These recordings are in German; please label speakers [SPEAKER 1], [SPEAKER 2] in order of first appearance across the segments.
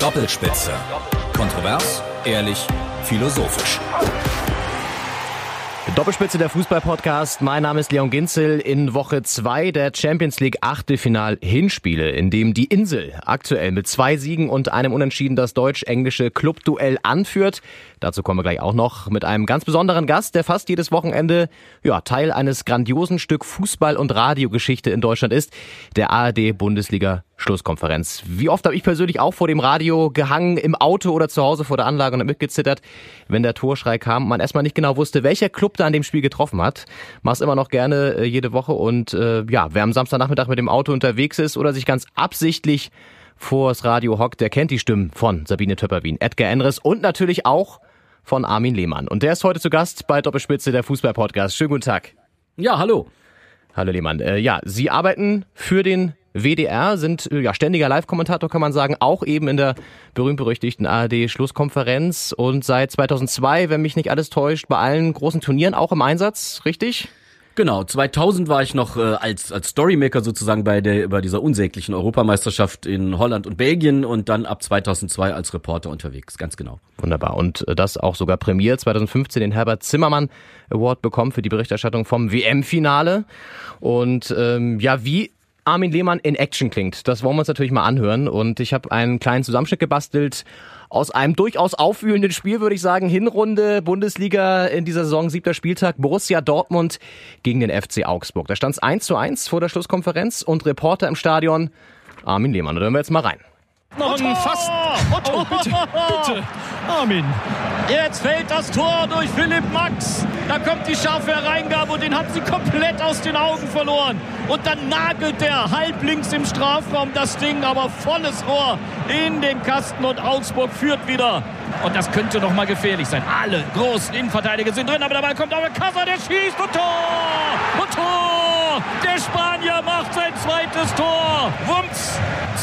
[SPEAKER 1] Doppelspitze. Kontrovers, ehrlich, philosophisch.
[SPEAKER 2] Doppelspitze, der Fußball-Podcast. Mein Name ist Leon Ginzel. In Woche 2 der Champions League Achtelfinal-Hinspiele, in dem die Insel aktuell mit 2 Siegen und einem Unentschieden das deutsch-englische Clubduell anführt. Dazu kommen wir gleich auch noch mit einem ganz besonderen Gast, der fast jedes Wochenende Teil eines grandiosen Stück Fußball- und Radiogeschichte in Deutschland ist, der ARD-Bundesliga-Schlusskonferenz. Wie oft habe ich persönlich auch vor dem Radio gehangen, im Auto oder zu Hause vor der Anlage und mitgezittert, wenn der Torschrei kam und man erstmal nicht genau wusste, welcher Club da an dem Spiel getroffen hat. Mach's immer noch gerne jede Woche und wer am Samstagnachmittag mit dem Auto unterwegs ist oder sich ganz absichtlich vors Radio hockt, der kennt die Stimmen von Sabine Töpperwien, Edgar Endres und natürlich auch von Armin Lehmann. Und der ist heute zu Gast bei Doppelspitze, der Fußball-Podcast. Schönen guten Tag.
[SPEAKER 3] Ja, hallo.
[SPEAKER 2] Hallo Lehmann. Sie arbeiten für den WDR, sind ständiger Live-Kommentator, kann man sagen, auch eben in der berühmt-berüchtigten ARD-Schlusskonferenz und seit 2002, wenn mich nicht alles täuscht, bei allen großen Turnieren auch im Einsatz, richtig?
[SPEAKER 3] Genau, 2000 war ich noch als Storymaker sozusagen bei dieser unsäglichen Europameisterschaft in Holland und Belgien und dann ab 2002 als Reporter unterwegs, ganz genau.
[SPEAKER 2] Wunderbar, und das auch sogar prämiert, 2015 den Herbert Zimmermann Award bekommen für die Berichterstattung vom WM-Finale und wie Armin Lehmann in Action klingt, das wollen wir uns natürlich mal anhören und ich habe einen kleinen Zusammenschnitt gebastelt aus einem durchaus aufwühlenden Spiel, würde ich sagen. Hinrunde, Bundesliga in dieser Saison, 7. Spieltag, Borussia Dortmund gegen den FC Augsburg. Da stand es 1:1 vor der Schlusskonferenz und Reporter im Stadion Armin Lehmann. Da hören wir jetzt mal rein.
[SPEAKER 4] Noch ein Fast. Oh, bitte. Armin. Jetzt fällt das Tor durch Philipp Max. Da kommt die scharfe Hereingabe und den hat sie komplett aus den Augen verloren. Und dann nagelt der halblinks im Strafraum das Ding, aber volles Rohr in den Kasten und Augsburg führt wieder. Und das könnte noch mal gefährlich sein. Alle großen Innenverteidiger sind drin, aber dabei kommt aber Alcázar, der schießt und Tor! Und Tor! Der Spanier macht sein zweites Tor. Wumms!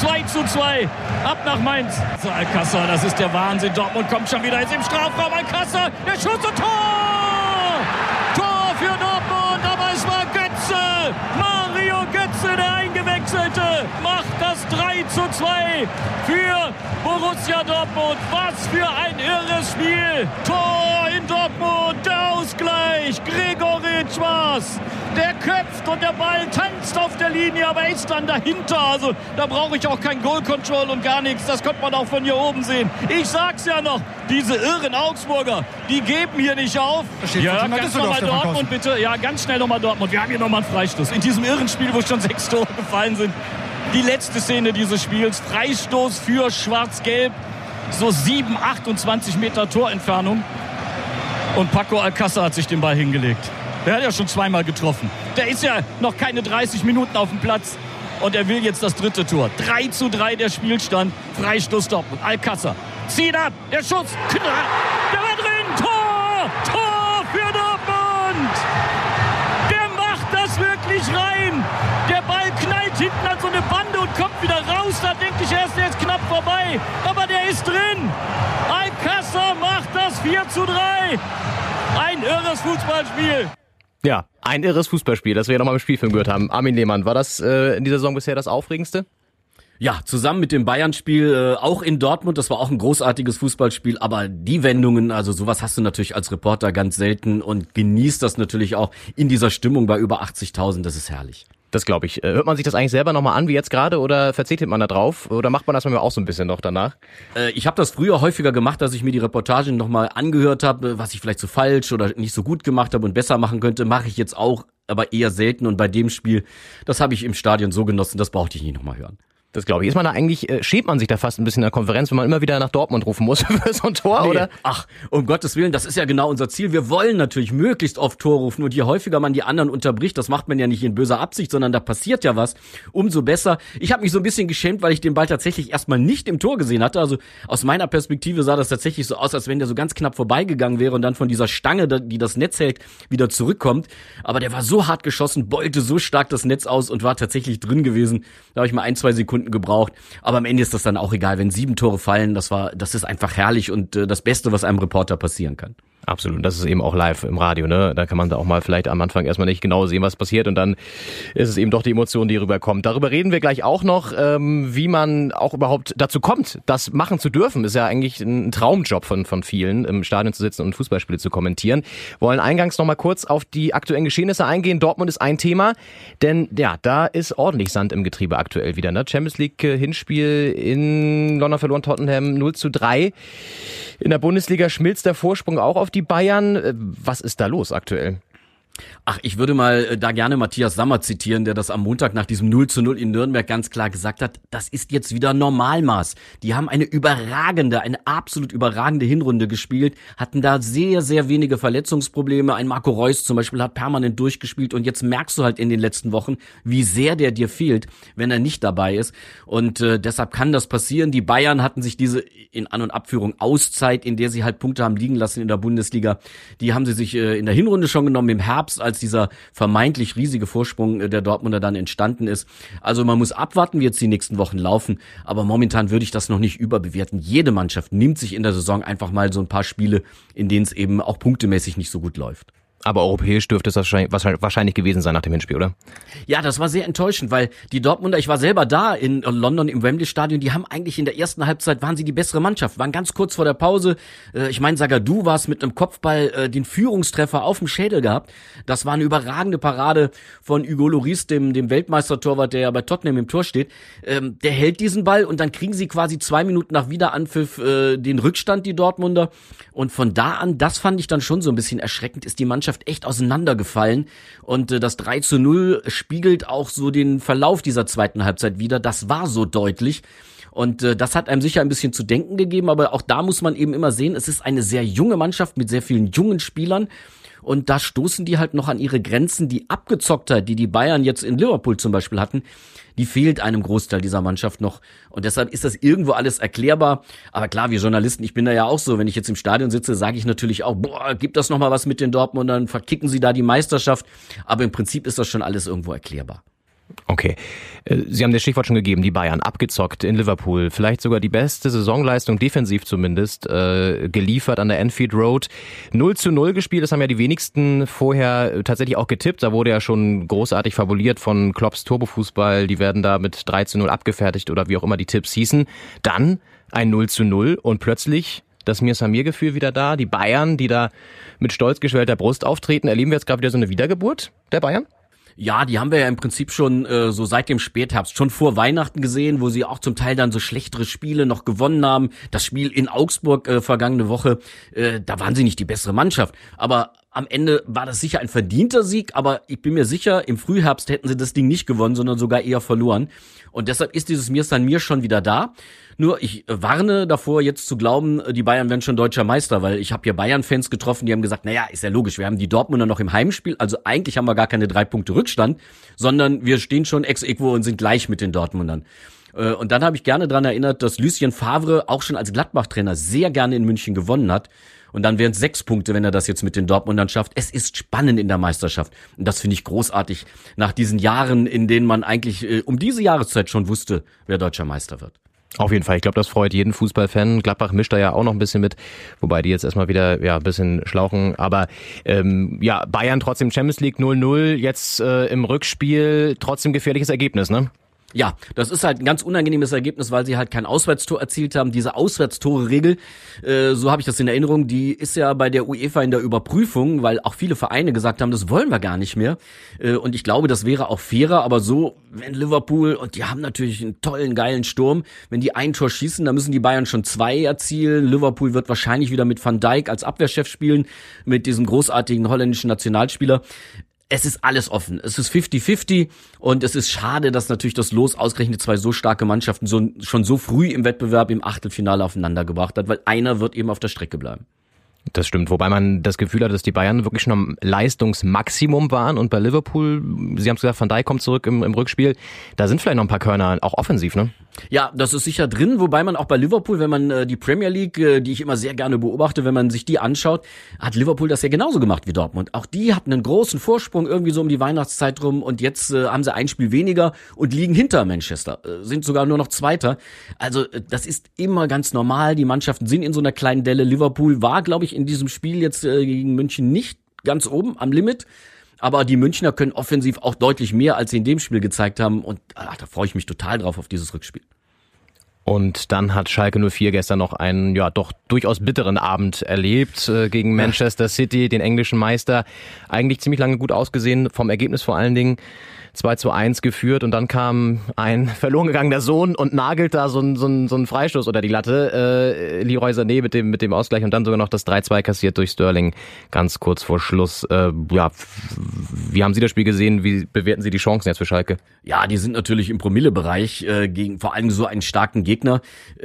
[SPEAKER 4] 2:2. Ab nach Mainz. So, Alcázar, das ist der Wahnsinn. Dortmund kommt schon wieder im Strafraum. Alcázar, der Schuss und Tor! Tor für Dortmund, aber es war Götze. Mario Götze, der Eingewechselte, macht das 3:2 für Borussia Dortmund. Was für ein irres Spiel. Tor in Dortmund, der Ausgleich. Gregoritsch war's. Der köpft und der Ball tanzt auf der Linie, aber er ist dann dahinter. Also da brauche ich auch kein Goal Control und gar nichts. Das konnte man auch von hier oben sehen. Ich sag's ja noch, diese irren Augsburger, die geben hier nicht auf. Ja, ganz nochmal Dortmund bitte. Ja, ganz schnell nochmal Dortmund. Wir haben hier nochmal einen Freistoß. In diesem irren Spiel, wo schon 6 Tore gefallen sind. Die letzte Szene dieses Spiels. Freistoß für Schwarz-Gelb. So 28 Meter Torentfernung. Und Paco Alcázar hat sich den Ball hingelegt. Der hat ja schon 2-mal getroffen. Der ist ja noch keine 30 Minuten auf dem Platz. Und er will jetzt das 3. Tor. 3:3 der Spielstand. Freistoß Dortmund. Alcázar zieht ab. Der Schuss. Der war drin. Tor! Tor für Dortmund! Der macht das wirklich rein. Der Ball knallt hinten an so eine Bande und kommt wieder raus. Da denke ich erst, der ist knapp vorbei. Aber der ist drin. Alcázar macht das 4:3. Ein irres Fußballspiel.
[SPEAKER 2] Ja, ein irres Fußballspiel, das wir ja nochmal im Spielfilm gehört haben. Armin Lehmann, war das in dieser Saison bisher das Aufregendste?
[SPEAKER 3] Ja, zusammen mit dem Bayern-Spiel, auch in Dortmund, das war auch ein großartiges Fußballspiel, aber die Wendungen, also sowas hast du natürlich als Reporter ganz selten und genießt das natürlich auch in dieser Stimmung bei über 80.000, das ist herrlich.
[SPEAKER 2] Das glaube ich. Hört man sich das eigentlich selber nochmal an, wie jetzt gerade, oder verzichtet man da drauf? Oder macht man das manchmal auch so ein bisschen noch danach?
[SPEAKER 3] Ich habe das früher häufiger gemacht, dass ich mir die Reportagen nochmal angehört habe, was ich vielleicht so falsch oder nicht so gut gemacht habe und besser machen könnte. Mache ich jetzt auch, aber eher selten. Und bei dem Spiel, das habe ich im Stadion so genossen, das brauchte ich nicht nochmal hören.
[SPEAKER 2] Das glaube ich. Ist man da eigentlich, schämt man sich da fast ein bisschen in der Konferenz, wenn man immer wieder nach Dortmund rufen muss für so ein Tor,
[SPEAKER 3] nee.
[SPEAKER 2] Oder?
[SPEAKER 3] Ach, um Gottes Willen, das ist ja genau unser Ziel. Wir wollen natürlich möglichst oft Tor rufen und je häufiger man die anderen unterbricht, das macht man ja nicht in böser Absicht, sondern da passiert ja was, umso besser. Ich habe mich so ein bisschen geschämt, weil ich den Ball tatsächlich erstmal nicht im Tor gesehen hatte. Also aus meiner Perspektive sah das tatsächlich so aus, als wenn der so ganz knapp vorbeigegangen wäre und dann von dieser Stange, die das Netz hält, wieder zurückkommt. Aber der war so hart geschossen, beulte so stark das Netz aus und war tatsächlich drin gewesen. Da habe ich mal 1-2 Sekunden gebraucht. Aber am Ende ist das dann auch egal, wenn 7 Tore fallen, das ist einfach herrlich und das Beste, was einem Reporter passieren kann.
[SPEAKER 2] Absolut, das ist eben auch live im Radio, ne? Da kann man da auch mal vielleicht am Anfang erstmal nicht genau sehen, was passiert und dann ist es eben doch die Emotion, die rüberkommt. Darüber reden wir gleich auch noch, wie man auch überhaupt dazu kommt, das machen zu dürfen. Ist ja eigentlich ein Traumjob von vielen, im Stadion zu sitzen und Fußballspiele zu kommentieren. Wollen eingangs noch mal kurz auf die aktuellen Geschehnisse eingehen. Dortmund ist ein Thema, denn ja, da ist ordentlich Sand im Getriebe aktuell wieder, ne? Champions League Hinspiel in London verloren Tottenham 0:3. In der Bundesliga schmilzt der Vorsprung auch auf die Bayern. Was ist da los aktuell?
[SPEAKER 3] Ach, ich würde mal da gerne Matthias Sammer zitieren, der das am Montag nach diesem 0:0 in Nürnberg ganz klar gesagt hat. Das ist jetzt wieder Normalmaß. Die haben eine absolut überragende Hinrunde gespielt, hatten da sehr, sehr wenige Verletzungsprobleme. Ein Marco Reus zum Beispiel hat permanent durchgespielt und jetzt merkst du halt in den letzten Wochen, wie sehr der dir fehlt, wenn er nicht dabei ist. Und deshalb kann das passieren. Die Bayern hatten sich diese in An- und Abführung Auszeit, in der sie halt Punkte haben liegen lassen in der Bundesliga, die haben sie sich in der Hinrunde schon genommen, im Herbst, als dieser vermeintlich riesige Vorsprung der Dortmunder dann entstanden ist. Also man muss abwarten, wie jetzt die nächsten Wochen laufen, aber momentan würde ich das noch nicht überbewerten. Jede Mannschaft nimmt sich in der Saison einfach mal so ein paar Spiele, in denen es eben auch punktemäßig nicht so gut läuft.
[SPEAKER 2] Aber europäisch dürfte es wahrscheinlich gewesen sein nach dem Hinspiel, oder?
[SPEAKER 3] Ja, das war sehr enttäuschend, weil die Dortmunder, ich war selber da in London im Wembley-Stadion, die haben eigentlich in der ersten Halbzeit, waren sie die bessere Mannschaft, waren ganz kurz vor der Pause. Ich meine, Zagadou war es mit einem Kopfball den Führungstreffer auf dem Schädel gehabt. Das war eine überragende Parade von Hugo Lloris, dem Weltmeistertorwart, der ja bei Tottenham im Tor steht. Der hält diesen Ball und dann kriegen sie quasi 2 Minuten nach Wiederanpfiff den Rückstand, die Dortmunder. Und von da an, das fand ich dann schon so ein bisschen erschreckend, ist die Mannschaft echt auseinandergefallen und das 3:0 spiegelt auch so den Verlauf dieser zweiten Halbzeit wieder. Das war so deutlich und das hat einem sicher ein bisschen zu denken gegeben, aber auch da muss man eben immer sehen, es ist eine sehr junge Mannschaft mit sehr vielen jungen Spielern. Und da stoßen die halt noch an ihre Grenzen. Die Abgezocktheit, die die Bayern jetzt in Liverpool zum Beispiel hatten, die fehlt einem Großteil dieser Mannschaft noch. Und deshalb ist das irgendwo alles erklärbar. Aber klar, wir Journalisten, ich bin da ja auch so, wenn ich jetzt im Stadion sitze, sage ich natürlich auch, gibt das nochmal was mit den Dortmundern, verkicken sie da die Meisterschaft. Aber im Prinzip ist das schon alles irgendwo erklärbar.
[SPEAKER 2] Okay. Sie haben das Stichwort schon gegeben, die Bayern, abgezockt in Liverpool, vielleicht sogar die beste Saisonleistung, defensiv zumindest, geliefert an der Anfield Road. 0:0 gespielt, das haben ja die wenigsten vorher tatsächlich auch getippt, da wurde ja schon großartig fabuliert von Klopps Turbofußball, die werden da mit 3:0 abgefertigt oder wie auch immer die Tipps hießen. Dann ein 0:0 und plötzlich das Mir-Samir-Gefühl wieder da, die Bayern, die da mit stolz geschwellter Brust auftreten, erleben wir jetzt gerade wieder so eine Wiedergeburt der Bayern?
[SPEAKER 3] Ja, die haben wir ja im Prinzip schon so seit dem Spätherbst, schon vor Weihnachten gesehen, wo sie auch zum Teil dann so schlechtere Spiele noch gewonnen haben. Das Spiel in Augsburg vergangene Woche, da waren sie nicht die bessere Mannschaft. Aber am Ende war das sicher ein verdienter Sieg, aber ich bin mir sicher, im Frühherbst hätten sie das Ding nicht gewonnen, sondern sogar eher verloren. Und deshalb ist dieses Mir San Mir schon wieder da. Nur ich warne davor, jetzt zu glauben, die Bayern werden schon deutscher Meister, weil ich habe hier Bayern-Fans getroffen, die haben gesagt, naja, ist ja logisch, wir haben die Dortmunder noch im Heimspiel, also eigentlich haben wir gar keine 3 Punkte Rückstand, sondern wir stehen schon ex aequo und sind gleich mit den Dortmundern. Und dann habe ich gerne dran erinnert, dass Lucien Favre auch schon als Gladbach-Trainer sehr gerne in München gewonnen hat. Und dann wären es 6 Punkte, wenn er das jetzt mit den Dortmundern schafft. Es ist spannend in der Meisterschaft. Und das finde ich großartig nach diesen Jahren, in denen man eigentlich um diese Jahreszeit schon wusste, wer deutscher Meister wird.
[SPEAKER 2] Auf jeden Fall, ich glaube, das freut jeden Fußballfan. Gladbach mischt da ja auch noch ein bisschen mit, wobei die jetzt erstmal wieder ein bisschen schlauchen. Aber Bayern trotzdem Champions League 0:0, jetzt im Rückspiel trotzdem gefährliches Ergebnis, ne?
[SPEAKER 3] Ja, das ist halt ein ganz unangenehmes Ergebnis, weil sie halt kein Auswärtstor erzielt haben. Diese Auswärtstore-Regel, so habe ich das in Erinnerung, die ist ja bei der UEFA in der Überprüfung, weil auch viele Vereine gesagt haben, das wollen wir gar nicht mehr. Und ich glaube, das wäre auch fairer, aber so, wenn Liverpool, und die haben natürlich einen tollen, geilen Sturm, wenn die ein Tor schießen, dann müssen die Bayern schon 2 erzielen. Liverpool wird wahrscheinlich wieder mit Van Dijk als Abwehrchef spielen, mit diesem großartigen holländischen Nationalspieler. Es ist alles offen. Es ist 50-50 und es ist schade, dass natürlich das Los ausgerechnet 2 so starke Mannschaften schon so früh im Wettbewerb im Achtelfinale aufeinander gebracht hat, weil einer wird eben auf der Strecke bleiben.
[SPEAKER 2] Das stimmt, wobei man das Gefühl hat, dass die Bayern wirklich schon am Leistungsmaximum waren und bei Liverpool, Sie haben es gesagt, Van Dijk kommt zurück im Rückspiel, da sind vielleicht noch ein paar Körner, auch offensiv, ne?
[SPEAKER 3] Ja, das ist sicher drin, wobei man auch bei Liverpool, wenn man die Premier League, die ich immer sehr gerne beobachte, wenn man sich die anschaut, hat Liverpool das ja genauso gemacht wie Dortmund. Auch die hatten einen großen Vorsprung irgendwie so um die Weihnachtszeit rum und jetzt haben sie ein Spiel weniger und liegen hinter Manchester, sind sogar nur noch Zweiter. Also das ist immer ganz normal, die Mannschaften sind in so einer kleinen Delle. Liverpool war, glaube ich, in diesem Spiel jetzt gegen München nicht ganz oben am Limit. Aber die Münchner können offensiv auch deutlich mehr, als sie in dem Spiel gezeigt haben. Und da freue ich mich total drauf auf dieses Rückspiel.
[SPEAKER 2] Und dann hat Schalke 04 gestern noch einen, ja, doch durchaus bitteren Abend erlebt gegen Manchester City, den englischen Meister. Eigentlich ziemlich lange gut ausgesehen, vom Ergebnis vor allen Dingen. 2:1 geführt und dann kam ein verloren gegangener Sohn und nagelt da so einen Freistoß unter die Latte. Leroy Sané mit dem Ausgleich und dann sogar noch das 3:2 kassiert durch Sterling ganz kurz vor Schluss. Ja, wie haben Sie das Spiel gesehen? Wie bewerten Sie die Chancen jetzt für Schalke?
[SPEAKER 3] Ja, die sind natürlich im Promillebereich gegen vor allem so einen starken Gegner.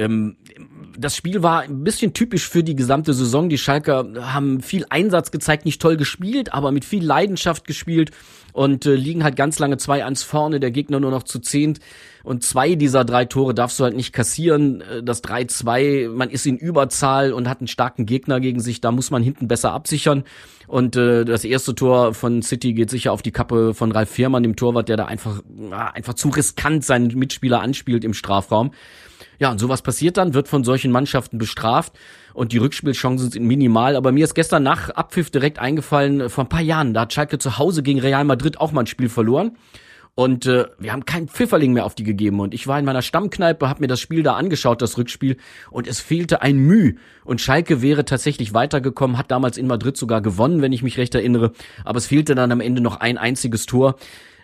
[SPEAKER 3] Das Spiel war ein bisschen typisch für die gesamte Saison. Die Schalker haben viel Einsatz gezeigt, nicht toll gespielt, aber mit viel Leidenschaft gespielt und liegen halt ganz lange 2:1 vorne, der Gegner nur noch zu 10. Und 2 dieser 3 Tore darfst du halt nicht kassieren. Das 3:2, man ist in Überzahl und hat einen starken Gegner gegen sich, da muss man hinten besser absichern. Und das erste Tor von City geht sicher auf die Kappe von Ralf Fährmann, dem Torwart, der da einfach zu riskant seinen Mitspieler anspielt im Strafraum. Ja, und sowas passiert dann, wird von solchen Mannschaften bestraft und die Rückspielchancen sind minimal. Aber mir ist gestern nach Abpfiff direkt eingefallen, vor ein paar Jahren, da hat Schalke zu Hause gegen Real Madrid auch mal ein Spiel verloren. Und wir haben keinen Pfifferling mehr auf die gegeben. Und ich war in meiner Stammkneipe, habe mir das Spiel da angeschaut, das Rückspiel, und es fehlte ein Müh. Und Schalke wäre tatsächlich weitergekommen, hat damals in Madrid sogar gewonnen, wenn ich mich recht erinnere. Aber es fehlte dann am Ende noch ein einziges Tor.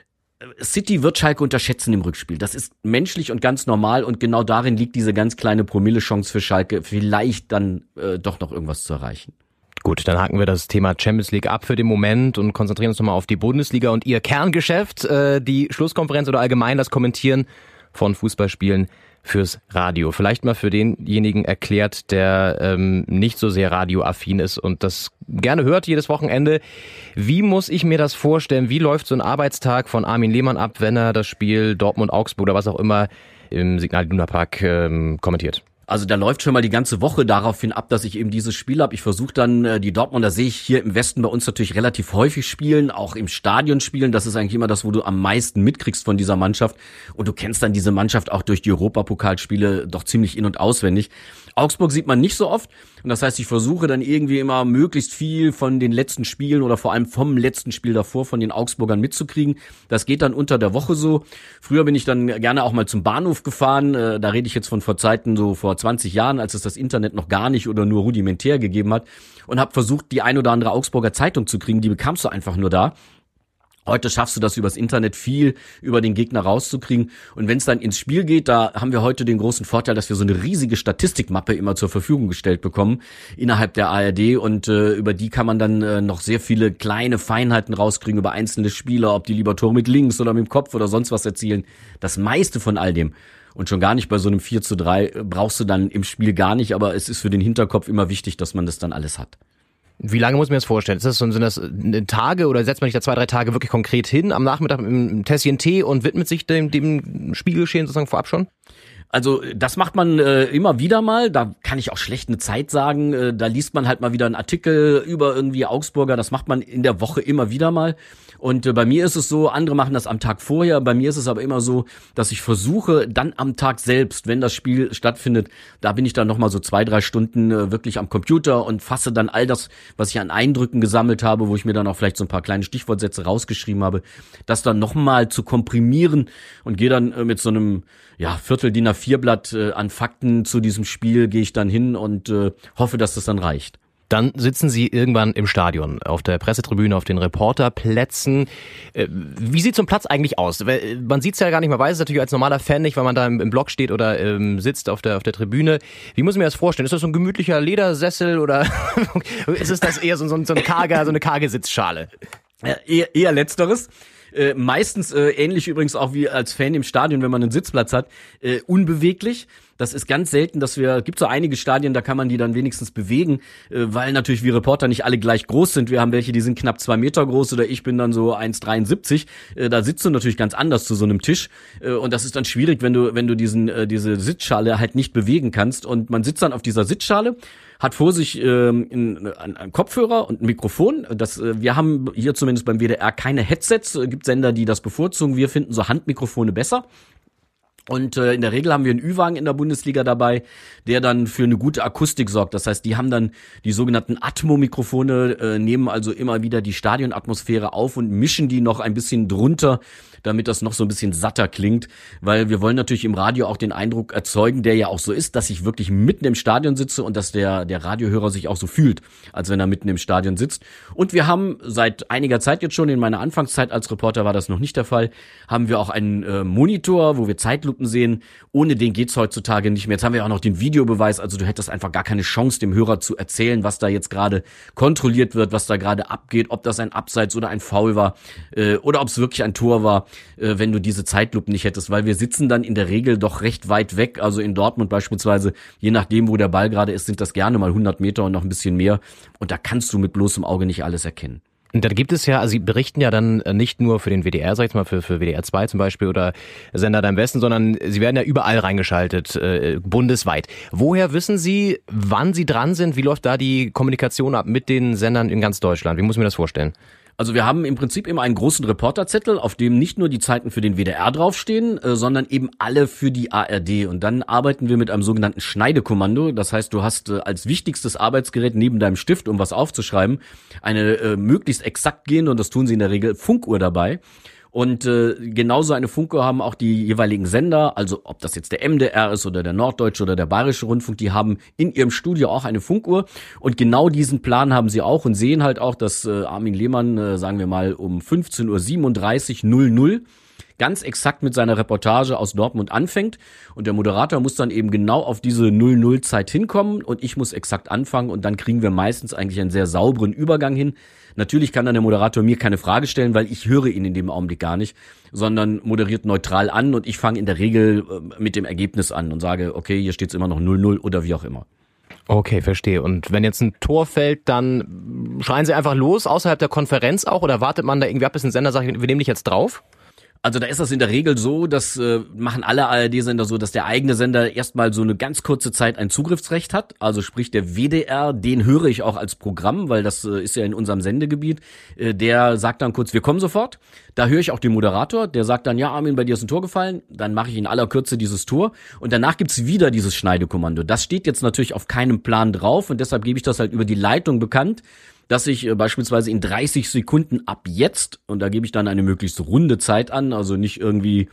[SPEAKER 3] City wird Schalke unterschätzen im Rückspiel. Das ist menschlich und ganz normal und genau darin liegt diese ganz kleine Promille-Chance für Schalke, vielleicht dann doch noch irgendwas zu erreichen.
[SPEAKER 2] Gut, dann haken wir das Thema Champions League ab für den Moment und konzentrieren uns nochmal auf die Bundesliga und ihr Kerngeschäft, die Schlusskonferenz oder allgemein das Kommentieren von Fußballspielen fürs Radio. Vielleicht mal für denjenigen erklärt, der nicht so sehr radioaffin ist und das gerne hört jedes Wochenende. Wie muss ich mir das vorstellen? Wie läuft so ein Arbeitstag von Armin Lehmann ab, wenn er das Spiel Dortmund-Augsburg oder was auch immer im Signal Iduna Park kommentiert?
[SPEAKER 3] Also da läuft schon mal die ganze Woche daraufhin ab, dass ich eben dieses Spiel habe. Ich versuche dann die Dortmunder, sehe ich hier im Westen bei uns natürlich relativ häufig spielen, auch im Stadion spielen. Das ist eigentlich immer das, wo du am meisten mitkriegst von dieser Mannschaft. Und du kennst dann diese Mannschaft auch durch die Europapokalspiele doch ziemlich in- und auswendig. Augsburg sieht man nicht so oft. Und das heißt, ich versuche dann irgendwie immer möglichst viel von den letzten Spielen oder vor allem vom letzten Spiel davor von den Augsburgern mitzukriegen. Das geht dann unter der Woche so. Früher bin ich dann gerne auch mal zum Bahnhof gefahren. Da rede ich jetzt von vor Zeiten so vor 20 Jahren, als es das Internet noch gar nicht oder nur rudimentär gegeben hat. Und habe versucht, die ein oder andere Augsburger Zeitung zu kriegen. Die bekamst du einfach nur da. Heute schaffst du das übers Internet viel über den Gegner rauszukriegen. Und wenn es dann ins Spiel geht, da haben wir heute den großen Vorteil, dass wir so eine riesige Statistikmappe immer zur Verfügung gestellt bekommen innerhalb der ARD. Und über die kann man dann noch sehr viele kleine Feinheiten rauskriegen über einzelne Spieler, ob die lieber Tor mit links oder mit dem Kopf oder sonst was erzielen. Das meiste von all dem. Und schon gar nicht bei so einem 4:3 brauchst du dann im Spiel gar nicht. Aber es ist für den Hinterkopf immer wichtig, dass man das dann alles hat.
[SPEAKER 2] Wie lange muss man das vorstellen? Sind das Tage oder setzt man sich da 2-3 Tage wirklich konkret hin am Nachmittag mit einem Tässchen Tee und widmet sich dem Spielgeschehen sozusagen vorab schon?
[SPEAKER 3] Also das macht man immer wieder mal, da kann ich auch schlecht eine Zeit sagen, da liest man halt mal wieder einen Artikel über irgendwie Augsburger, das macht man in der Woche immer wieder mal. Und bei mir ist es so, andere machen das am Tag vorher, bei mir ist es aber immer so, dass ich versuche, dann am Tag selbst, wenn das Spiel stattfindet, da bin ich dann nochmal so 2-3 Stunden wirklich am Computer und fasse dann all das, was ich an Eindrücken gesammelt habe, wo ich mir dann auch vielleicht so ein paar kleine Stichwortsätze rausgeschrieben habe, das dann nochmal zu komprimieren und gehe dann mit so einem Viertel DIN A4-Blatt an Fakten zu diesem Spiel, gehe ich dann hin und hoffe, dass das dann reicht.
[SPEAKER 2] Dann sitzen Sie irgendwann im Stadion, auf der Pressetribüne, auf den Reporterplätzen. Wie sieht so ein Platz eigentlich aus? Man sieht es ja gar nicht, man weiß es natürlich als normaler Fan nicht, weil man da im Block steht oder sitzt auf der Tribüne. Wie muss ich mir das vorstellen? Ist das so ein gemütlicher Ledersessel oder ist es das eher so eine karge Sitzschale?
[SPEAKER 3] Eher Letzteres. Meistens ähnlich übrigens auch wie als Fan im Stadion, wenn man einen Sitzplatz hat, unbeweglich. Das ist ganz selten, gibt so einige Stadien, da kann man die dann wenigstens bewegen, weil natürlich wir Reporter nicht alle gleich groß sind. Wir haben welche, die sind knapp 2 Meter groß oder ich bin dann so 1,73. Da sitzt du natürlich ganz anders zu so einem Tisch und das ist dann schwierig, wenn du diese Sitzschale halt nicht bewegen kannst und man sitzt dann auf dieser Sitzschale, hat vor sich einen Kopfhörer und ein Mikrofon. Wir haben hier zumindest beim WDR keine Headsets. Es gibt Sender, die das bevorzugen. Wir finden so Handmikrofone besser. Und in der Regel haben wir einen Ü-Wagen in der Bundesliga dabei, der dann für eine gute Akustik sorgt. Das heißt, die haben dann die sogenannten Atmo-Mikrofone, nehmen also immer wieder die Stadionatmosphäre auf und mischen die noch ein bisschen drunter, damit das noch so ein bisschen satter klingt. Weil wir wollen natürlich im Radio auch den Eindruck erzeugen, der ja auch so ist, dass ich wirklich mitten im Stadion sitze und dass der Radiohörer sich auch so fühlt, als wenn er mitten im Stadion sitzt. Und wir haben seit einiger Zeit jetzt schon, in meiner Anfangszeit als Reporter war das noch nicht der Fall, haben wir auch einen Monitor, wo wir Zeitlupen sehen. Ohne den geht's heutzutage nicht mehr. Jetzt haben wir auch noch den Videobeweis, also du hättest einfach gar keine Chance, dem Hörer zu erzählen, was da jetzt gerade kontrolliert wird, was da gerade abgeht, ob das ein Abseits oder ein Foul war oder ob es wirklich ein Tor war, wenn du diese Zeitlupen nicht hättest, weil wir sitzen dann in der Regel doch recht weit weg, also in Dortmund beispielsweise, je nachdem, wo der Ball gerade ist, sind das gerne mal 100 Meter und noch ein bisschen mehr und da kannst du mit bloßem Auge nicht alles erkennen.
[SPEAKER 2] Und da gibt es ja, also Sie berichten ja dann nicht nur für den WDR, sag ich mal, für WDR 2 zum Beispiel oder Sender da im Westen, sondern Sie werden ja überall reingeschaltet, bundesweit. Woher wissen Sie, wann Sie dran sind? Wie läuft da die Kommunikation ab mit den Sendern in ganz Deutschland? Wie muss ich mir das vorstellen?
[SPEAKER 3] Also wir haben im Prinzip immer einen großen Reporterzettel, auf dem nicht nur die Zeiten für den WDR draufstehen, sondern eben alle für die ARD. Und dann arbeiten wir mit einem sogenannten Schneidekommando. Das heißt, du hast als wichtigstes Arbeitsgerät neben deinem Stift, um was aufzuschreiben, eine möglichst exakt gehende, und das tun sie in der Regel, Funkuhr dabei. Und genauso eine Funkuhr haben auch die jeweiligen Sender, also ob das jetzt der MDR ist oder der Norddeutsche oder der Bayerische Rundfunk, die haben in ihrem Studio auch eine Funkuhr und genau diesen Plan haben sie auch und sehen halt auch, dass Armin Lehmann, sagen wir mal, um 15:37:00 ganz exakt mit seiner Reportage aus Dortmund anfängt und der Moderator muss dann eben genau auf diese 00-Zeit hinkommen und ich muss exakt anfangen und dann kriegen wir meistens eigentlich einen sehr sauberen Übergang hin. Natürlich kann dann der Moderator mir keine Frage stellen, weil ich höre ihn in dem Augenblick gar nicht, sondern moderiert neutral an und ich fange in der Regel mit dem Ergebnis an und sage, okay, hier steht es immer noch 0-0 oder wie auch immer.
[SPEAKER 2] Okay, verstehe. Und wenn jetzt ein Tor fällt, dann schreien Sie einfach los, außerhalb der Konferenz auch, oder wartet man da irgendwie ab, bis ein Sender sagt, wir nehmen dich jetzt drauf?
[SPEAKER 3] Also da ist das in der Regel so, das machen alle ARD-Sender so, dass der eigene Sender erstmal so eine ganz kurze Zeit ein Zugriffsrecht hat. Also sprich der WDR, den höre ich auch als Programm, weil das ist ja in unserem Sendegebiet. Der sagt dann kurz, wir kommen sofort. Da höre ich auch den Moderator, der sagt dann, ja Armin, bei dir ist ein Tor gefallen. Dann mache ich in aller Kürze dieses Tor und danach gibt's wieder dieses Schneidekommando. Das steht jetzt natürlich auf keinem Plan drauf und deshalb gebe ich das halt über die Leitung bekannt, dass ich beispielsweise in 30 Sekunden ab jetzt, und da gebe ich dann eine möglichst runde Zeit an, also nicht irgendwie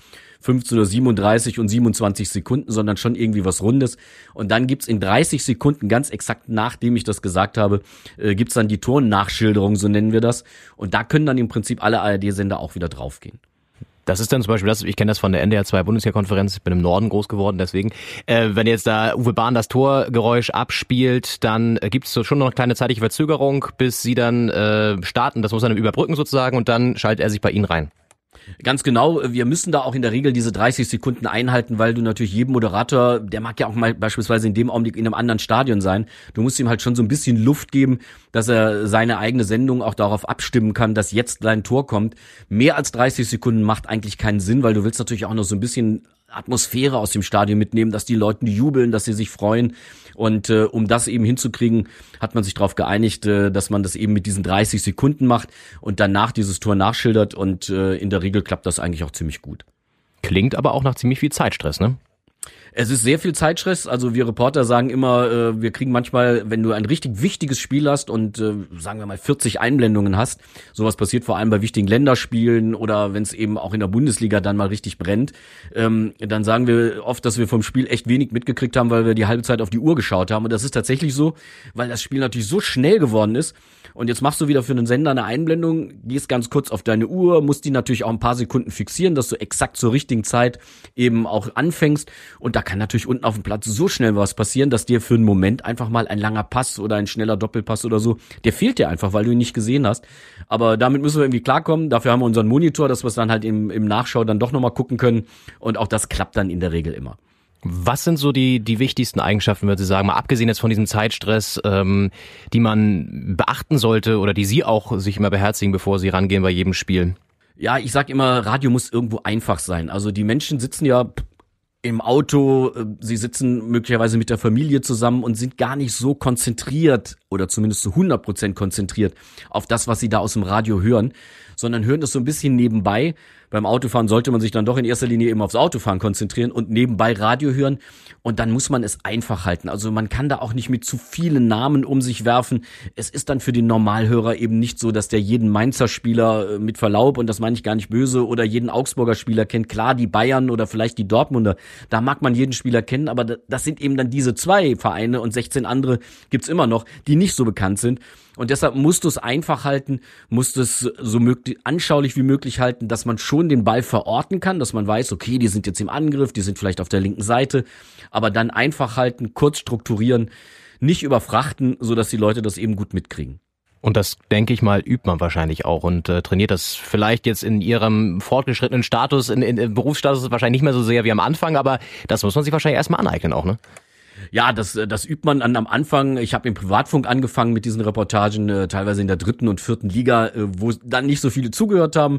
[SPEAKER 3] 15:37 und 27 Sekunden, sondern schon irgendwie was Rundes. Und dann gibt's in 30 Sekunden, ganz exakt nachdem ich das gesagt habe, gibt's dann die Tornachschilderung, so nennen wir das. Und da können dann im Prinzip alle ARD-Sender auch wieder draufgehen.
[SPEAKER 2] Das ist dann zum Beispiel das, ich kenne das von der NDR 2 Bundesliga-Konferenz, ich bin im Norden groß geworden, deswegen, wenn jetzt da Uwe Bahn das Torgeräusch abspielt, dann gibt es schon noch eine kleine zeitliche Verzögerung, bis sie dann starten, das muss er dann überbrücken sozusagen und dann schaltet er sich bei Ihnen rein.
[SPEAKER 3] Ganz genau, wir müssen da auch in der Regel diese 30 Sekunden einhalten, weil du natürlich jedem Moderator, der mag ja auch mal beispielsweise in dem Augenblick in einem anderen Stadion sein, du musst ihm halt schon so ein bisschen Luft geben, dass er seine eigene Sendung auch darauf abstimmen kann, dass jetzt dein Tor kommt. Mehr als 30 Sekunden macht eigentlich keinen Sinn, weil du willst natürlich auch noch so ein bisschen Atmosphäre aus dem Stadion mitnehmen, dass die Leute jubeln, dass sie sich freuen. Und um das eben hinzukriegen, hat man sich darauf geeinigt, dass man das eben mit diesen 30 Sekunden macht und danach dieses Tor nachschildert. Und in der Regel klappt das eigentlich auch ziemlich gut.
[SPEAKER 2] Klingt aber auch nach ziemlich viel Zeitstress, ne?
[SPEAKER 3] Es ist sehr viel Zeitstress, also wir Reporter sagen immer, wir kriegen manchmal, wenn du ein richtig wichtiges Spiel hast und sagen wir mal 40 Einblendungen hast, sowas passiert vor allem bei wichtigen Länderspielen oder wenn es eben auch in der Bundesliga dann mal richtig brennt, dann sagen wir oft, dass wir vom Spiel echt wenig mitgekriegt haben, weil wir die halbe Zeit auf die Uhr geschaut haben und das ist tatsächlich so, weil das Spiel natürlich so schnell geworden ist. Und jetzt machst du wieder für einen Sender eine Einblendung, gehst ganz kurz auf deine Uhr, musst die natürlich auch ein paar Sekunden fixieren, dass du exakt zur richtigen Zeit eben auch anfängst. Und da kann natürlich unten auf dem Platz so schnell was passieren, dass dir für einen Moment einfach mal ein langer Pass oder ein schneller Doppelpass oder so, der fehlt dir einfach, weil du ihn nicht gesehen hast. Aber damit müssen wir irgendwie klarkommen. Dafür haben wir unseren Monitor, dass wir es dann halt im Nachschau dann doch nochmal gucken können. Und auch das klappt dann in der Regel immer.
[SPEAKER 2] Was sind so die wichtigsten Eigenschaften, würde Sie sagen, mal abgesehen jetzt von diesem Zeitstress, die man beachten sollte oder die Sie auch sich immer beherzigen, bevor Sie rangehen bei jedem Spiel?
[SPEAKER 3] Ja, ich sag immer, Radio muss irgendwo einfach sein. Also die Menschen sitzen ja im Auto, sie sitzen möglicherweise mit der Familie zusammen und sind gar nicht so konzentriert oder zumindest zu 100% konzentriert auf das, was sie da aus dem Radio hören, sondern hören das so ein bisschen nebenbei. Beim Autofahren sollte man sich dann doch in erster Linie eben aufs Autofahren konzentrieren und nebenbei Radio hören. Und dann muss man es einfach halten. Also man kann da auch nicht mit zu vielen Namen um sich werfen. Es ist dann für den Normalhörer eben nicht so, dass der jeden Mainzer Spieler mit Verlaub, und das meine ich gar nicht böse, oder jeden Augsburger Spieler kennt. Klar, die Bayern oder vielleicht die Dortmunder, da mag man jeden Spieler kennen, aber das sind eben dann diese 2 Vereine und 16 andere gibt's immer noch, die nicht so bekannt sind. Und deshalb musst du es einfach halten, musst es so anschaulich wie möglich halten, dass man schon den Ball verorten kann, dass man weiß, okay, die sind jetzt im Angriff, die sind vielleicht auf der linken Seite, aber dann einfach halten, kurz strukturieren, nicht überfrachten, sodass die Leute das eben gut mitkriegen.
[SPEAKER 2] Und das, denke ich mal, übt man wahrscheinlich auch und trainiert das vielleicht jetzt in ihrem fortgeschrittenen Status, in Berufsstatus wahrscheinlich nicht mehr so sehr wie am Anfang, aber das muss man sich wahrscheinlich erstmal aneignen auch, ne?
[SPEAKER 3] Ja, das übt man am Anfang. Ich habe im Privatfunk angefangen mit diesen Reportagen, teilweise in der 3. und 4. Liga, wo dann nicht so viele zugehört haben.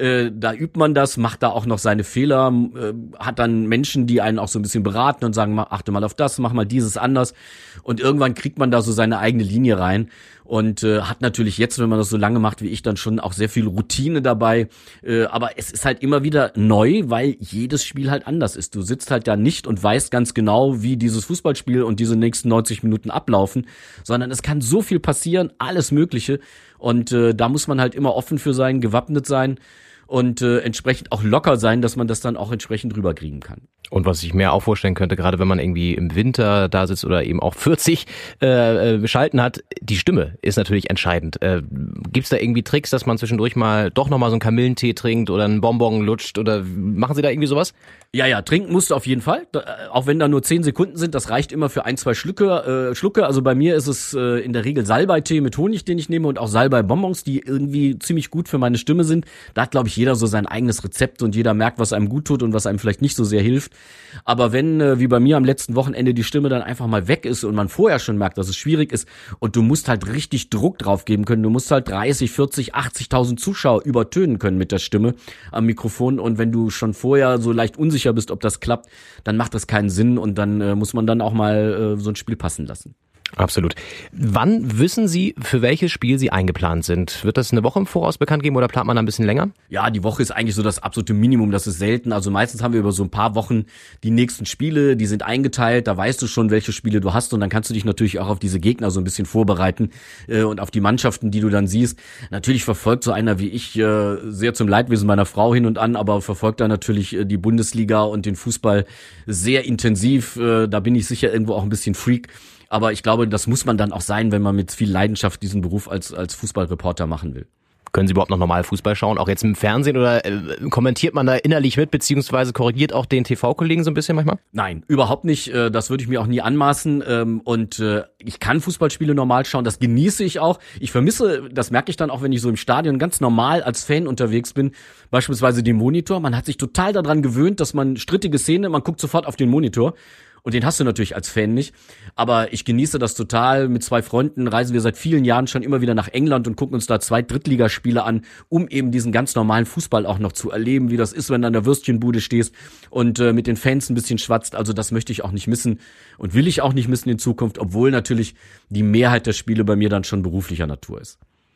[SPEAKER 3] Da übt man das, macht da auch noch seine Fehler, hat dann Menschen, die einen auch so ein bisschen beraten und sagen, achte mal auf das, mach mal dieses anders. Und irgendwann kriegt man da so seine eigene Linie rein. Und hat natürlich jetzt, wenn man das so lange macht wie ich, dann schon auch sehr viel Routine dabei. Aber es ist halt immer wieder neu, weil jedes Spiel halt anders ist. Du sitzt halt da nicht und weißt ganz genau, wie dieses Fußballspiel und diese nächsten 90 Minuten ablaufen, sondern es kann so viel passieren, alles Mögliche. Und da muss man halt immer offen für sein, gewappnet sein und entsprechend auch locker sein, dass man das dann auch entsprechend rüberkriegen kann.
[SPEAKER 2] Und was ich mir auch vorstellen könnte, gerade wenn man irgendwie im Winter da sitzt oder eben auch 40 Schalten hat, die Stimme ist natürlich entscheidend. Gibt's da irgendwie Tricks, dass man zwischendurch mal doch nochmal so einen Kamillentee trinkt oder einen Bonbon lutscht oder machen Sie da irgendwie sowas?
[SPEAKER 3] Ja, trinken musst du auf jeden Fall. Auch wenn da nur 10 Sekunden sind, das reicht immer für 1, 2 Schlucke. Also bei mir ist es in der Regel Salbeitee mit Honig, den ich nehme, und auch Salbei-Bonbons, die irgendwie ziemlich gut für meine Stimme sind. Da hat, glaube ich, jeder so sein eigenes Rezept und jeder merkt, was einem gut tut und was einem vielleicht nicht so sehr hilft. Aber wenn, wie bei mir am letzten Wochenende, die Stimme dann einfach mal weg ist und man vorher schon merkt, dass es schwierig ist und du musst halt richtig Druck drauf geben können, du musst halt 30, 40, 80.000 Zuschauer übertönen können mit der Stimme am Mikrofon, und wenn du schon vorher so leicht unsicher bist, ob das klappt, dann macht das keinen Sinn und dann muss man dann auch mal so ein Spiel passen lassen.
[SPEAKER 2] Absolut. Wann wissen Sie, für welches Spiel Sie eingeplant sind? Wird das eine Woche im Voraus bekannt geben oder plant man da ein bisschen länger?
[SPEAKER 3] Ja, die Woche ist eigentlich so das absolute Minimum, das ist selten. Also meistens haben wir über so ein paar Wochen die nächsten Spiele, die sind eingeteilt, da weißt du schon, welche Spiele du hast, und dann kannst du dich natürlich auch auf diese Gegner so ein bisschen vorbereiten und auf die Mannschaften, die du dann siehst. Natürlich verfolgt so einer wie ich sehr zum Leidwesen meiner Frau hin und an, aber verfolgt da natürlich die Bundesliga und den Fußball sehr intensiv. Da bin ich sicher irgendwo auch ein bisschen Freak. Aber ich glaube, das muss man dann auch sein, wenn man mit viel Leidenschaft diesen Beruf als Fußballreporter machen will.
[SPEAKER 2] Können Sie überhaupt noch normal Fußball schauen, auch jetzt im Fernsehen, oder kommentiert man da innerlich mit, beziehungsweise korrigiert auch den TV-Kollegen so ein bisschen manchmal?
[SPEAKER 3] Nein, überhaupt nicht. Das würde ich mir auch nie anmaßen. Und ich kann Fußballspiele normal schauen, das genieße ich auch. Ich vermisse, das merke ich dann auch, wenn ich so im Stadion ganz normal als Fan unterwegs bin, beispielsweise den Monitor. Man hat sich total daran gewöhnt, dass man strittige Szene, man guckt sofort auf den Monitor. Und den hast du natürlich als Fan nicht. Aber ich genieße das total. Mit 2 Freunden reisen wir seit vielen Jahren schon immer wieder nach England und gucken uns da 2 Drittligaspiele an, um eben diesen ganz normalen Fußball auch noch zu erleben, wie das ist, wenn du an der Würstchenbude stehst und mit den Fans ein bisschen schwatzt. Also das möchte ich auch nicht missen und will ich auch nicht missen in Zukunft, obwohl natürlich die Mehrheit der Spiele bei mir dann schon beruflicher Natur ist.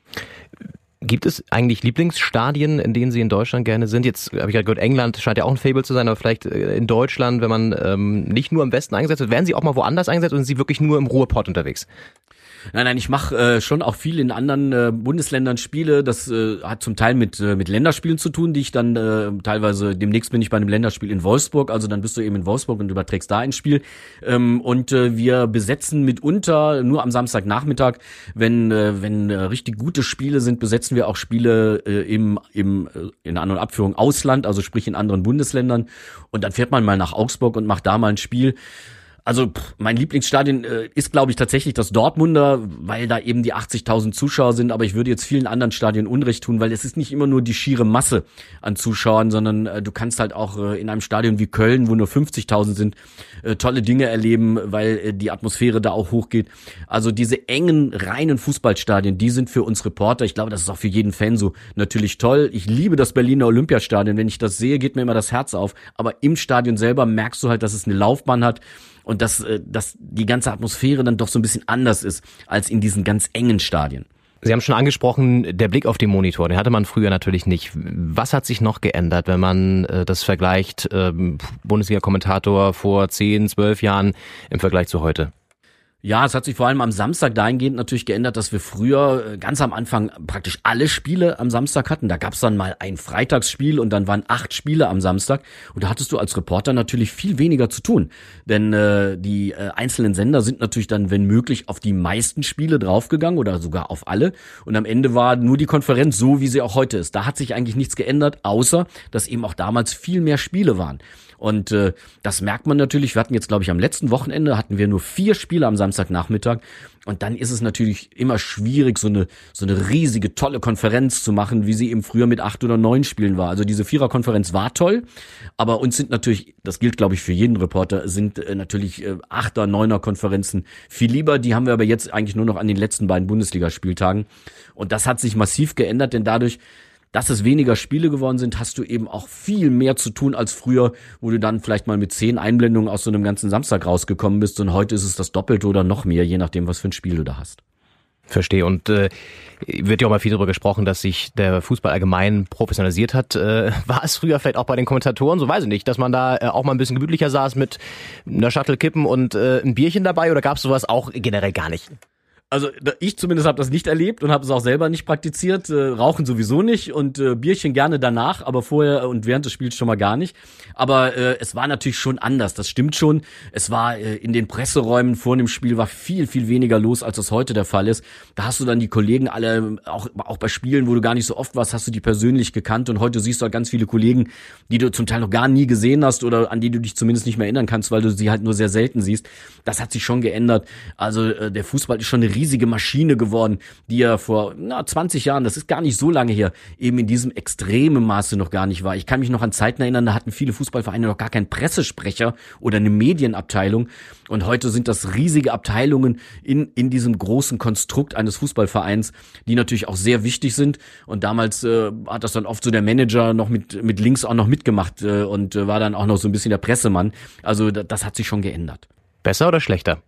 [SPEAKER 2] Gibt es eigentlich Lieblingsstadien, in denen Sie in Deutschland gerne sind? Jetzt habe ich gerade gehört, England scheint ja auch ein Faible zu sein, aber vielleicht in Deutschland, wenn man nicht nur im Westen eingesetzt wird, werden Sie auch mal woanders eingesetzt oder sind Sie wirklich nur im Ruhrpott unterwegs?
[SPEAKER 3] Nein, ich mache schon auch viel in anderen Bundesländern Spiele. Das hat zum Teil mit Länderspielen zu tun, die ich dann teilweise, demnächst bin ich bei einem Länderspiel in Wolfsburg, also dann bist du eben in Wolfsburg und überträgst da ein Spiel. Und wir besetzen mitunter, nur am Samstagnachmittag, wenn richtig gute Spiele sind, besetzen wir auch Spiele in An- und Abführung Ausland, also sprich in anderen Bundesländern. Und dann fährt man mal nach Augsburg und macht da mal ein Spiel. Also mein Lieblingsstadion ist, glaube ich, tatsächlich das Dortmunder, weil da eben die 80.000 Zuschauer sind. Aber ich würde jetzt vielen anderen Stadien Unrecht tun, weil es ist nicht immer nur die schiere Masse an Zuschauern, sondern du kannst halt auch in einem Stadion wie Köln, wo nur 50.000 sind, tolle Dinge erleben, weil die Atmosphäre da auch hochgeht. Also diese engen, reinen Fußballstadien, die sind für uns Reporter, ich glaube, das ist auch für jeden Fan so, natürlich toll. Ich liebe das Berliner Olympiastadion. Wenn ich das sehe, geht mir immer das Herz auf. Aber im Stadion selber merkst du halt, dass es eine Laufbahn hat. Und dass die ganze Atmosphäre dann doch so ein bisschen anders ist als in diesen ganz engen Stadien.
[SPEAKER 2] Sie haben schon angesprochen, der Blick auf den Monitor, den hatte man früher natürlich nicht. Was hat sich noch geändert, wenn man das vergleicht, Bundesliga-Kommentator vor 10, 12 Jahren im Vergleich zu heute?
[SPEAKER 3] Ja, es hat sich vor allem am Samstag dahingehend natürlich geändert, dass wir früher ganz am Anfang praktisch alle Spiele am Samstag hatten. Da gab's dann mal ein Freitagsspiel und dann waren 8 Spiele am Samstag. Und da hattest du als Reporter natürlich viel weniger zu tun. Denn die einzelnen Sender sind natürlich dann, wenn möglich, auf die meisten Spiele draufgegangen oder sogar auf alle. Und am Ende war nur die Konferenz so, wie sie auch heute ist. Da hat sich eigentlich nichts geändert, außer dass eben auch damals viel mehr Spiele waren. Und das merkt man natürlich. Wir hatten jetzt, glaube ich, am letzten Wochenende hatten wir nur 4 Spiele am Samstagnachmittag. Und dann ist es natürlich immer schwierig, so eine riesige, tolle Konferenz zu machen, wie sie eben früher mit 8 oder 9 Spielen war. Also diese Viererkonferenz war toll, aber uns sind natürlich, das gilt, glaube ich, für jeden Reporter, sind natürlich 8er, 9er Konferenzen viel lieber. Die haben wir aber jetzt eigentlich nur noch an den letzten beiden Bundesligaspieltagen. Und das hat sich massiv geändert, denn dadurch, dass es weniger Spiele geworden sind, hast du eben auch viel mehr zu tun als früher, wo du dann vielleicht mal mit 10 Einblendungen aus so einem ganzen Samstag rausgekommen bist, und heute ist es das Doppelte oder noch mehr, je nachdem, was für ein Spiel du da hast.
[SPEAKER 2] Verstehe. Und wird ja auch mal viel darüber gesprochen, dass sich der Fußball allgemein professionalisiert hat. War es früher vielleicht auch bei den Kommentatoren, so weiß ich nicht, dass man da auch mal ein bisschen gemütlicher saß mit einer Shuttle Kippen und ein Bierchen dabei, oder gab es sowas auch generell gar nicht?
[SPEAKER 3] Also ich zumindest habe das nicht erlebt und habe es auch selber nicht praktiziert. Rauchen sowieso nicht und Bierchen gerne danach, aber vorher und während des Spiels schon mal gar nicht. Aber es war natürlich schon anders, das stimmt schon. Es war in den Presseräumen vor dem Spiel war viel, viel weniger los, als das heute der Fall ist. Da hast du dann die Kollegen alle, auch bei Spielen, wo du gar nicht so oft warst, hast du die persönlich gekannt, und heute siehst du halt ganz viele Kollegen, die du zum Teil noch gar nie gesehen hast oder an die du dich zumindest nicht mehr erinnern kannst, weil du sie halt nur sehr selten siehst. Das hat sich schon geändert. Also der Fußball ist schon eine riesige Maschine geworden, die ja vor 20 Jahren, das ist gar nicht so lange her, eben in diesem extremen Maße noch gar nicht war. Ich kann mich noch an Zeiten erinnern, da hatten viele Fußballvereine noch gar keinen Pressesprecher oder eine Medienabteilung, und heute sind das riesige Abteilungen in diesem großen Konstrukt eines Fußballvereins, die natürlich auch sehr wichtig sind, und damals hat das dann oft so der Manager noch mit links auch noch mitgemacht und war dann auch noch so ein bisschen der Pressemann. Also das hat sich schon geändert.
[SPEAKER 2] Besser oder schlechter?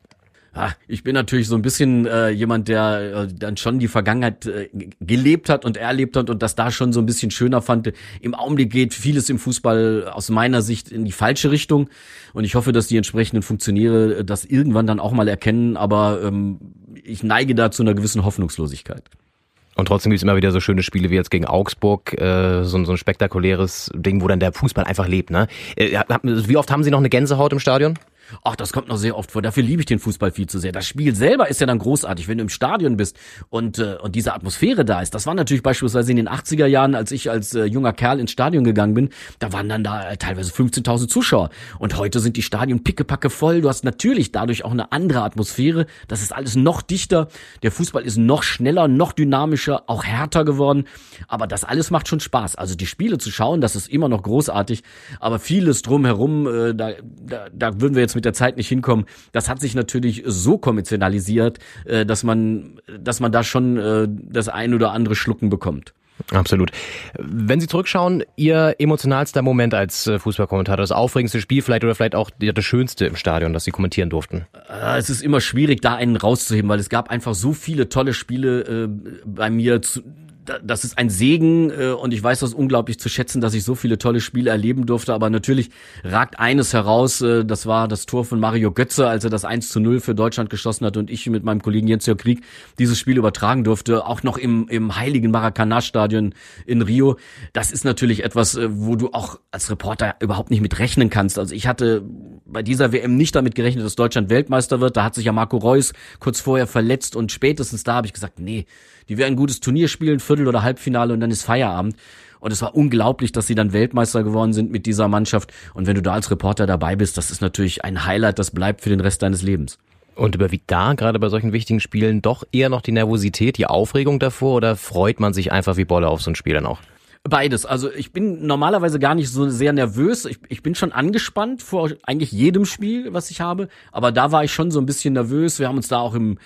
[SPEAKER 3] Ich bin natürlich so ein bisschen jemand, der dann schon die Vergangenheit gelebt hat und erlebt hat und das da schon so ein bisschen schöner fand. Im Augenblick geht vieles im Fußball aus meiner Sicht in die falsche Richtung, und ich hoffe, dass die entsprechenden Funktionäre das irgendwann dann auch mal erkennen, aber ich neige da zu einer gewissen Hoffnungslosigkeit.
[SPEAKER 2] Und trotzdem gibt es immer wieder so schöne Spiele wie jetzt gegen Augsburg, so ein spektakuläres Ding, wo dann der Fußball einfach lebt, ne? Wie oft haben Sie noch eine Gänsehaut im Stadion?
[SPEAKER 3] Ach, das kommt noch sehr oft vor. Dafür liebe ich den Fußball viel zu sehr. Das Spiel selber ist ja dann großartig, wenn du im Stadion bist und diese Atmosphäre da ist. Das war natürlich beispielsweise in den 80er Jahren, als ich als junger Kerl ins Stadion gegangen bin, da waren dann da teilweise 15.000 Zuschauer. Und heute sind die Stadien pickepacke voll. Du hast natürlich dadurch auch eine andere Atmosphäre. Das ist alles noch dichter. Der Fußball ist noch schneller, noch dynamischer, auch härter geworden. Aber das alles macht schon Spaß. Also die Spiele zu schauen, das ist immer noch großartig. Aber vieles drumherum, da würden wir jetzt mit der Zeit nicht hinkommen. Das hat sich natürlich so kommerzialisiert, dass man da schon das ein oder andere Schlucken bekommt.
[SPEAKER 2] Absolut. Wenn Sie zurückschauen, Ihr emotionalster Moment als Fußballkommentator, das aufregendste Spiel vielleicht oder vielleicht auch das schönste im Stadion, das Sie kommentieren durften?
[SPEAKER 3] Es ist immer schwierig, da einen rauszuheben, weil es gab einfach so viele tolle Spiele bei mir. Das ist ein Segen und ich weiß das unglaublich zu schätzen, dass ich so viele tolle Spiele erleben durfte, aber natürlich ragt eines heraus, das war das Tor von Mario Götze, als er das 1:0 für Deutschland geschossen hat und ich mit meinem Kollegen Jens-Jörg Krieg dieses Spiel übertragen durfte, auch noch im heiligen Maracanã-Stadion in Rio. Das ist natürlich etwas, wo du auch als Reporter überhaupt nicht mit rechnen kannst. Also ich hatte bei dieser WM nicht damit gerechnet, dass Deutschland Weltmeister wird. Da hat sich ja Marco Reus kurz vorher verletzt und spätestens da habe ich gesagt, nee, die werden ein gutes Turnier spielen, Viertel- oder Halbfinale und dann ist Feierabend. Und es war unglaublich, dass sie dann Weltmeister geworden sind mit dieser Mannschaft. Und wenn du da als Reporter dabei bist, das ist natürlich ein Highlight, das bleibt für den Rest deines Lebens.
[SPEAKER 2] Und überwiegt da, gerade bei solchen wichtigen Spielen, doch eher noch die Nervosität, die Aufregung davor, oder freut man sich einfach wie Bolle auf so ein Spiel dann auch?
[SPEAKER 3] Beides. Also ich bin normalerweise gar nicht so sehr nervös. Ich bin schon angespannt vor eigentlich jedem Spiel, was ich habe. Aber da war ich schon so ein bisschen nervös. Wir haben uns da auch im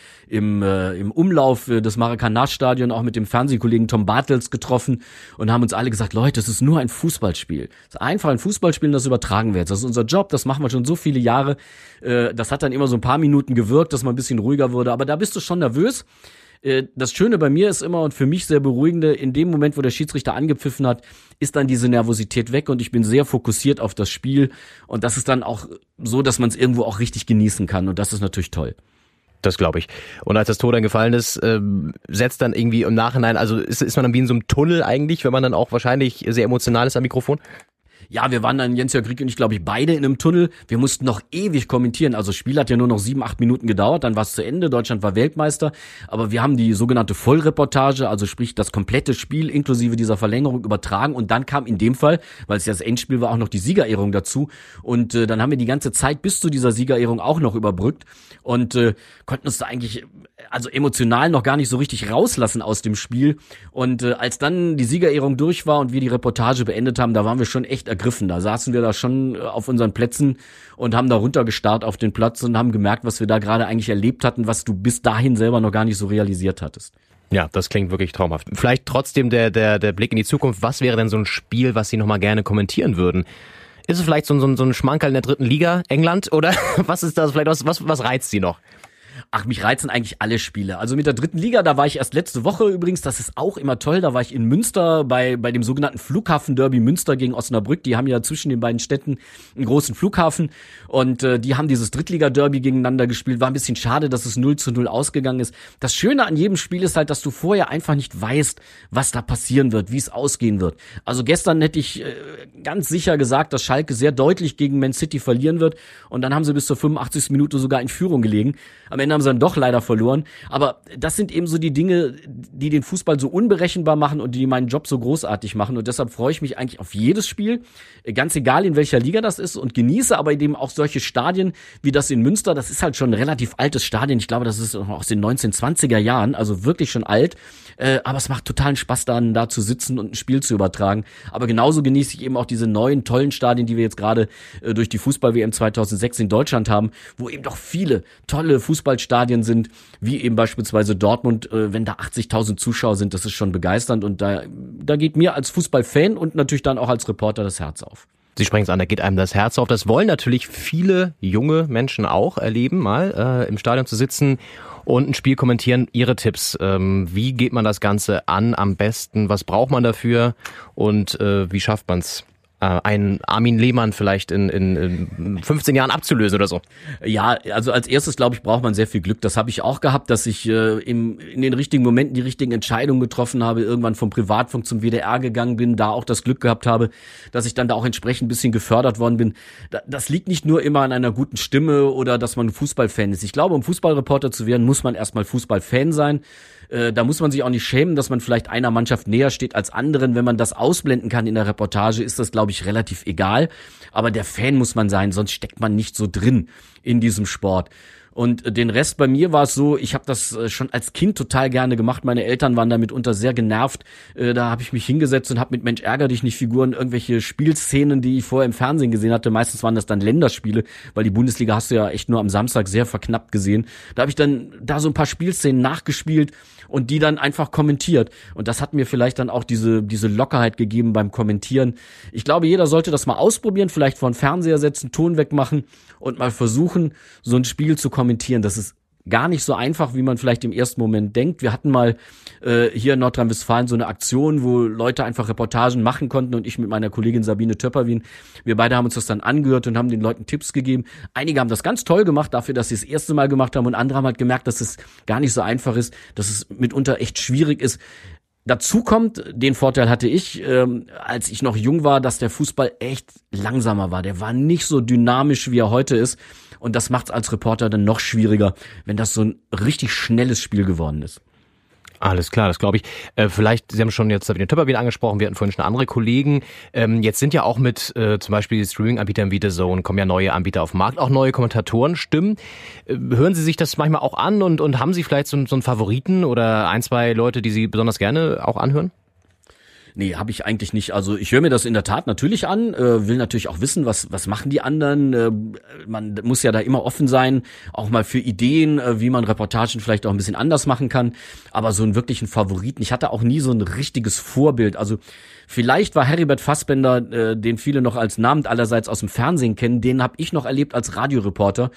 [SPEAKER 3] Umlauf des Maracanã-Stadion auch mit dem Fernsehkollegen Tom Bartels getroffen und haben uns alle gesagt, Leute, es ist nur ein Fußballspiel. Es ist einfach ein Fußballspiel, das übertragen wird. Das ist unser Job, das machen wir schon so viele Jahre. Das hat dann immer so ein paar Minuten gewirkt, dass man ein bisschen ruhiger wurde. Aber da bist du schon nervös. Das Schöne bei mir ist immer und für mich sehr beruhigende, in dem Moment, wo der Schiedsrichter angepfiffen hat, ist dann diese Nervosität weg und ich bin sehr fokussiert auf das Spiel und das ist dann auch so, dass man es irgendwo auch richtig genießen kann und das ist natürlich toll.
[SPEAKER 2] Das glaube ich. Und als das Tor dann gefallen ist, setzt dann irgendwie im Nachhinein, also ist man dann wie in so einem Tunnel eigentlich, wenn man dann auch wahrscheinlich sehr emotional ist am Mikrofon?
[SPEAKER 3] Ja, wir waren dann, Jens-Jörg Rieke und ich, glaube ich, beide in einem Tunnel. Wir mussten noch ewig kommentieren. Also das Spiel hat ja nur noch 7-8 Minuten gedauert, dann war es zu Ende. Deutschland war Weltmeister. Aber wir haben die sogenannte Vollreportage, also sprich das komplette Spiel inklusive dieser Verlängerung übertragen. Und dann kam in dem Fall, weil es ja das Endspiel war, auch noch die Siegerehrung dazu. Und dann haben wir die ganze Zeit bis zu dieser Siegerehrung auch noch überbrückt und konnten uns da eigentlich also emotional noch gar nicht so richtig rauslassen aus dem Spiel. Und als dann die Siegerehrung durch war und wir die Reportage beendet haben, da waren wir schon echt ergriffen. Da saßen wir da schon auf unseren Plätzen und haben da runtergestarrt auf den Platz und haben gemerkt, was wir da gerade eigentlich erlebt hatten, was du bis dahin selber noch gar nicht so realisiert hattest.
[SPEAKER 2] Ja, das klingt wirklich traumhaft. Vielleicht trotzdem der Blick in die Zukunft. Was wäre denn so ein Spiel, was Sie noch mal gerne kommentieren würden? Ist es vielleicht so ein Schmankerl in der 3. Liga, England? Oder was ist das? Vielleicht was reizt Sie noch?
[SPEAKER 3] Ach, mich reizen eigentlich alle Spiele. Also mit der 3. Liga, da war ich erst letzte Woche übrigens, das ist auch immer toll, da war ich in Münster bei dem sogenannten Flughafen-Derby Münster gegen Osnabrück. Die haben ja zwischen den beiden Städten einen großen Flughafen und die haben dieses Drittliga-Derby gegeneinander gespielt. War ein bisschen schade, dass es 0-0 ausgegangen ist. Das Schöne an jedem Spiel ist halt, dass du vorher einfach nicht weißt, was da passieren wird, wie es ausgehen wird. Also gestern hätte ich ganz sicher gesagt, dass Schalke sehr deutlich gegen Man City verlieren wird und dann haben sie bis zur 85. Minute sogar in Führung gelegen. Am Ende haben sie dann doch leider verloren. Aber das sind eben so die Dinge, die den Fußball so unberechenbar machen und die meinen Job so großartig machen. Und deshalb freue ich mich eigentlich auf jedes Spiel, ganz egal in welcher Liga das ist und genieße aber eben auch solche Stadien wie das in Münster. Das ist halt schon ein relativ altes Stadion. Ich glaube, das ist aus den 1920er Jahren, also wirklich schon alt. Aber es macht totalen Spaß, dann da zu sitzen und ein Spiel zu übertragen. Aber genauso genieße ich eben auch diese neuen, tollen Stadien, die wir jetzt gerade durch die Fußball-WM 2006 in Deutschland haben, wo eben doch viele tolle Fußballstadien sind, wie eben beispielsweise Dortmund, wenn da 80.000 Zuschauer sind, das ist schon begeisternd und da geht mir als Fußballfan und natürlich dann auch als Reporter das Herz auf.
[SPEAKER 2] Sie sprechen es an, da geht einem das Herz auf. Das wollen natürlich viele junge Menschen auch erleben, mal im Stadion zu sitzen und ein Spiel kommentieren. Ihre Tipps, wie geht man das Ganze an am besten? Was braucht man dafür und wie schafft man es? Einen Armin Lehmann vielleicht in 15 Jahren abzulösen oder so?
[SPEAKER 3] Ja, also als erstes, glaube ich, braucht man sehr viel Glück. Das habe ich auch gehabt, dass ich in den richtigen Momenten die richtigen Entscheidungen getroffen habe, irgendwann vom Privatfunk zum WDR gegangen bin, da auch das Glück gehabt habe, dass ich dann da auch entsprechend ein bisschen gefördert worden bin. Das liegt nicht nur immer an einer guten Stimme oder dass man Fußballfan ist. Ich glaube, um Fußballreporter zu werden, muss man erstmal Fußballfan sein. Da muss man sich auch nicht schämen, dass man vielleicht einer Mannschaft näher steht als anderen. Wenn man das ausblenden kann in der Reportage, ist das, glaube ich, relativ egal. Aber der Fan muss man sein, sonst steckt man nicht so drin in diesem Sport. Und den Rest bei mir war es so, ich habe das schon als Kind total gerne gemacht. Meine Eltern waren da mitunter sehr genervt. Da habe ich mich hingesetzt und habe mit Mensch ärger dich nicht Figuren irgendwelche Spielszenen, die ich vorher im Fernsehen gesehen hatte. Meistens waren das dann Länderspiele, weil die Bundesliga hast du ja echt nur am Samstag sehr verknappt gesehen. Da habe ich dann da so ein paar Spielszenen nachgespielt und die dann einfach kommentiert. Und das hat mir vielleicht dann auch diese Lockerheit gegeben beim Kommentieren. Ich glaube, jeder sollte das mal ausprobieren, vielleicht vor den Fernseher setzen, Ton wegmachen und mal versuchen, so ein Spiel zu kommentieren. Das ist gar nicht so einfach, wie man vielleicht im ersten Moment denkt. Wir hatten mal hier in Nordrhein-Westfalen so eine Aktion, wo Leute einfach Reportagen machen konnten und ich mit meiner Kollegin Sabine Töpperwien, wir beide haben uns das dann angehört und haben den Leuten Tipps gegeben. Einige haben das ganz toll gemacht, dafür, dass sie es das erste Mal gemacht haben und andere haben halt gemerkt, dass es gar nicht so einfach ist, dass es mitunter echt schwierig ist. Dazu kommt, den Vorteil hatte ich, als ich noch jung war, dass der Fußball echt langsamer war. Der war nicht so dynamisch, wie er heute ist. Und das macht es als Reporter dann noch schwieriger, wenn das so ein richtig schnelles Spiel geworden ist.
[SPEAKER 2] Alles klar, das glaube ich. Vielleicht, Sie haben schon jetzt Sabine Töpperwien angesprochen, wir hatten vorhin schon andere Kollegen. Jetzt sind ja auch mit zum Beispiel Streaming-Anbietern wie DAZN, kommen ja neue Anbieter auf den Markt, auch neue Kommentatoren-Stimmen. Hören Sie sich das manchmal auch an und haben Sie vielleicht so einen Favoriten oder ein, zwei Leute, die Sie besonders gerne auch anhören?
[SPEAKER 3] Nee, habe ich eigentlich nicht. Also ich höre mir das in der Tat natürlich an, will natürlich auch wissen, was machen die anderen. Man muss ja da immer offen sein, auch mal für Ideen, wie man Reportagen vielleicht auch ein bisschen anders machen kann. Aber so einen wirklichen Favoriten, ich hatte auch nie so ein richtiges Vorbild. Also vielleicht war Heribert Fassbender, den viele noch als Namen allerseits aus dem Fernsehen kennen, den habe ich noch erlebt als Radioreporter.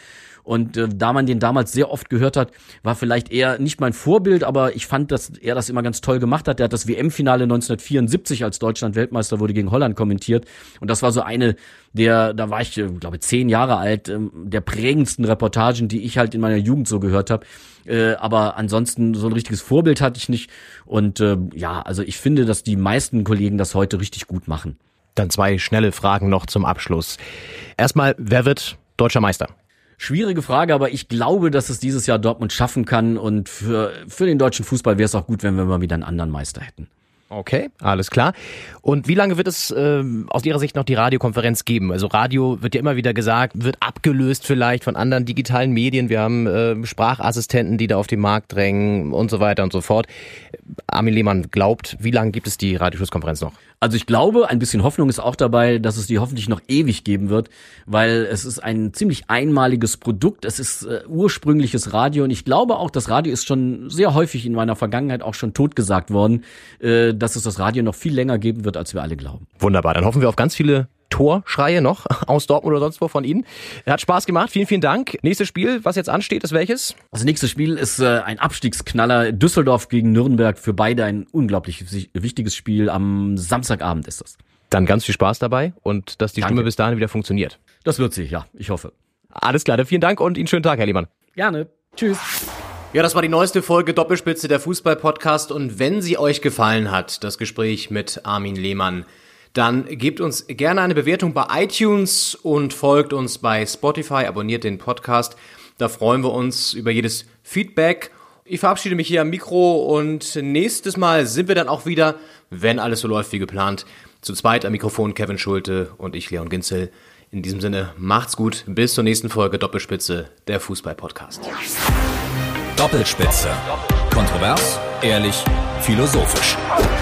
[SPEAKER 3] Und da man den damals sehr oft gehört hat, war vielleicht eher nicht mein Vorbild, aber ich fand, dass er das immer ganz toll gemacht hat. Der hat das WM-Finale 1974, als Deutschland Weltmeister wurde, gegen Holland kommentiert. Und das war so eine da war ich, glaube 10 Jahre alt, der prägendsten Reportagen, die ich halt in meiner Jugend so gehört habe. Aber ansonsten so ein richtiges Vorbild hatte ich nicht. Und also ich finde, dass die meisten Kollegen das heute richtig gut machen.
[SPEAKER 2] Dann 2 schnelle Fragen noch zum Abschluss. Erstmal, wer wird deutscher Meister?
[SPEAKER 3] Schwierige Frage, aber ich glaube, dass es dieses Jahr Dortmund schaffen kann. Und für den deutschen Fußball wäre es auch gut, wenn wir mal wieder einen anderen Meister hätten.
[SPEAKER 2] Okay, alles klar. Und wie lange wird es aus Ihrer Sicht noch die Radiokonferenz geben? Also Radio wird ja immer wieder gesagt, wird abgelöst vielleicht von anderen digitalen Medien. Wir haben Sprachassistenten, die da auf den Markt drängen und so weiter und so fort. Armin Lehmann glaubt, wie lange gibt es die Radioschlusskonferenz noch?
[SPEAKER 3] Also ich glaube, ein bisschen Hoffnung ist auch dabei, dass es die hoffentlich noch ewig geben wird, weil es ist ein ziemlich einmaliges Produkt. Es ist ursprüngliches Radio und ich glaube auch, das Radio ist schon sehr häufig in meiner Vergangenheit auch schon totgesagt worden, dass es das Radio noch viel länger geben wird, als wir alle glauben.
[SPEAKER 2] Wunderbar, dann hoffen wir auf ganz viele Torschreie noch aus Dortmund oder sonst wo von Ihnen. Hat Spaß gemacht, vielen, vielen Dank. Nächstes Spiel, was jetzt ansteht, ist welches?
[SPEAKER 3] Das nächste Spiel ist ein Abstiegsknaller, Düsseldorf gegen Nürnberg. Für beide ein unglaublich wichtiges Spiel. Am Samstagabend ist das.
[SPEAKER 2] Dann ganz viel Spaß dabei und dass die
[SPEAKER 3] Danke.
[SPEAKER 2] Stimme bis dahin wieder funktioniert.
[SPEAKER 3] Das wird sie, ja, ich hoffe.
[SPEAKER 2] Alles klar, dann vielen Dank und Ihnen schönen Tag, Herr Lehmann.
[SPEAKER 3] Gerne, tschüss.
[SPEAKER 2] Ja, das war die neueste Folge Doppelspitze, der Fußball-Podcast. Und wenn sie euch gefallen hat, das Gespräch mit Armin Lehmann, dann gebt uns gerne eine Bewertung bei iTunes und folgt uns bei Spotify, abonniert den Podcast. Da freuen wir uns über jedes Feedback. Ich verabschiede mich hier am Mikro und nächstes Mal sind wir dann auch wieder, wenn alles so läuft wie geplant, zu zweit am Mikrofon Kevin Schulte und ich, Leon Ginzel. In diesem Sinne, macht's gut, bis zur nächsten Folge Doppelspitze, der Fußball-Podcast.
[SPEAKER 1] Doppelspitze. Kontrovers, ehrlich, philosophisch.